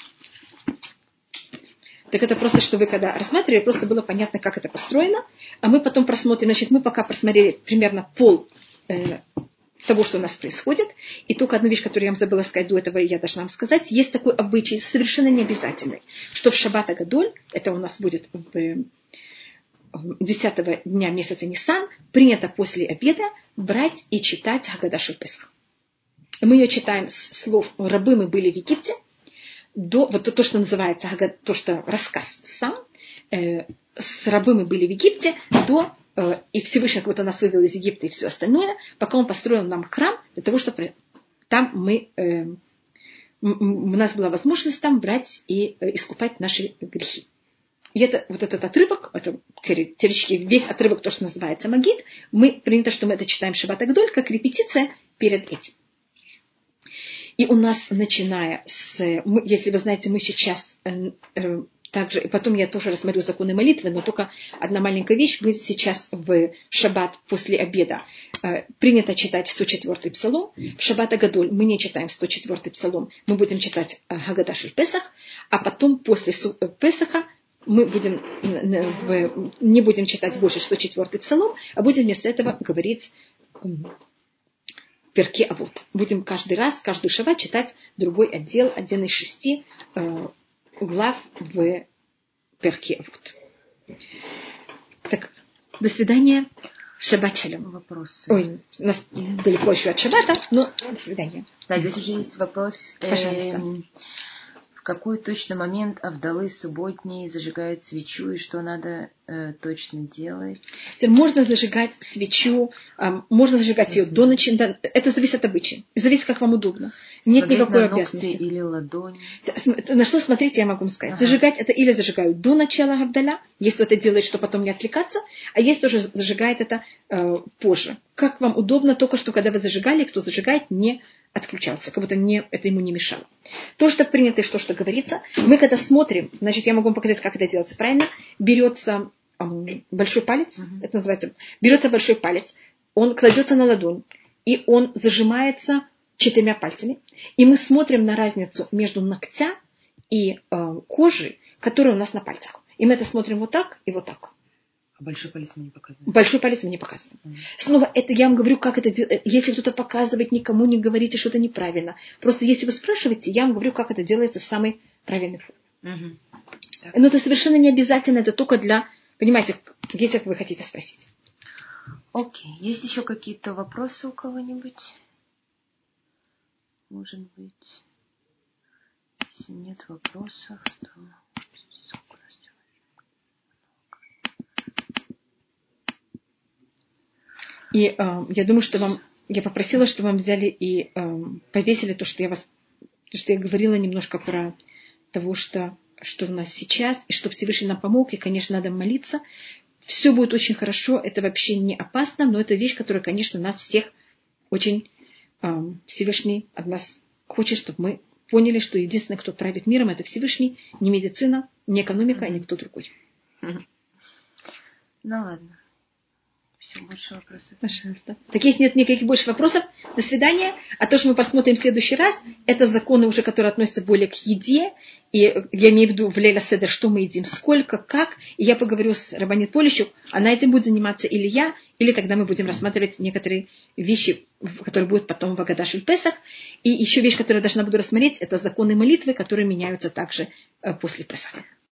S1: Так это просто, что вы когда рассматривали, просто было понятно, как это построено. А мы потом просмотрим, значит, мы пока просмотрели примерно пол э, того, что у нас происходит. И только одну вещь, которую я вам забыла сказать до этого, я должна вам сказать. Есть такой обычай, совершенно необязательный, что в Шаббат а-Гадоль, это у нас будет в десятого дня месяца Нисан, принято после обеда брать и читать Гагада шель Песах. Мы ее читаем с слов «рабы мы были в Египте», до, вот то, что называется, то, что рассказ сам, э, с рабы мы были в Египте, до, э, и Всевышний вот нас вывел из Египта и все остальное, пока он построил нам храм, для того, чтобы там мы, э, у нас была возможность там брать и э, искупать наши грехи. И это, вот этот отрывок, это теоретически весь отрывок, то, что называется Магид, мы принято, что мы это читаем Шаббат Агдоль, как репетиция перед этим. И у нас, начиная с... Мы, если вы знаете, мы сейчас э, э, также... И потом я тоже рассмотрю законы молитвы, но только одна маленькая вещь. Мы сейчас в шаббат после обеда э, принято читать сто четвёртый псалом. В шаббат Агадоль мы не читаем сто четвёртый псалом. Мы будем читать э, Хагада Шель Песах. А потом, после Песаха, мы будем, э, не будем читать больше сто четвёртый псалом, а будем вместо этого говорить... Э, Перке Авот. Будем каждый раз, каждый шаббат читать другой отдел, один из шести э, глав в Перке Авот. Так, до свидания. Шаббат шалом.
S2: Вопросы.
S1: Ой, у нас далеко еще от шаббата, но до свидания.
S2: Да, здесь уже есть вопрос.
S1: Пожалуйста.
S2: Э, в какой точно момент авдалы субботней зажигают свечу и что надо э, точно делать?
S1: Можно зажигать свечу, э, можно зажигать ее до ночи. Да, это зависит от обычая. Зависит, как вам удобно. Нет
S2: Смотреть
S1: никакой
S2: на ногти
S1: обязанности.
S2: или ладони.
S1: На что смотрите, я могу вам сказать. Ага. Зажигать это или зажигают до начала Гавдаля, если это делает, чтобы потом не отвлекаться, а есть тоже зажигает это э, позже. Как вам удобно, только что когда вы зажигали, кто зажигает, не отключался, как будто не, это ему не мешало. То, что принято и что, что говорится, мы когда смотрим, значит, я могу вам показать, как это делается правильно, берется э, большой палец, uh-huh. это называется, берется большой палец, он кладется на ладонь, и он зажимается четырьмя пальцами, и мы смотрим на разницу между ногтя и э, кожей, которая у нас на пальцах. И мы это смотрим вот так и вот так.
S2: А большой палец мы не показываем?
S1: Большой палец мы не показываем. Mm. Снова, это я вам говорю, как это делать. Если кто-то показывает, никому не говорите, что это неправильно. Просто если вы спрашиваете, я вам говорю, как это делается в самой правильной форме. Mm-hmm. Но это совершенно не обязательно, это только для, понимаете, если вы хотите спросить.
S2: Окей. Okay. Есть еще какие-то вопросы у кого-нибудь? Может быть, если нет вопросов, то...
S1: И э, я думаю, что вам, я попросила, чтобы вам взяли и э, повесили то, что я вас, то, что я говорила немножко про того, что, что у нас сейчас, и чтобы Всевышний нам помог, и, конечно, надо молиться. Все будет очень хорошо, это вообще не опасно, но это вещь, которая, конечно, нас всех очень э, Всевышний от нас хочет, чтобы мы поняли, что единственный, кто правит миром, это Всевышний, не медицина, не экономика, mm-hmm. а никто другой.
S2: Mm-hmm. Ну ладно. Все, больше вопросов.
S1: Пожалуйста. Так если нет никаких больше вопросов, до свидания. А то, что мы посмотрим в следующий раз, это законы уже, которые относятся более к еде. И я имею в виду в Лейла Седер, что мы едим, сколько, как. И я поговорю с Рабанит Полищук, она этим будет заниматься или я, или тогда мы будем рассматривать некоторые вещи, которые будут потом в Агада Шель Песах. И еще вещь, которую я должна буду рассмотреть, это законы молитвы, которые меняются также после Песаха.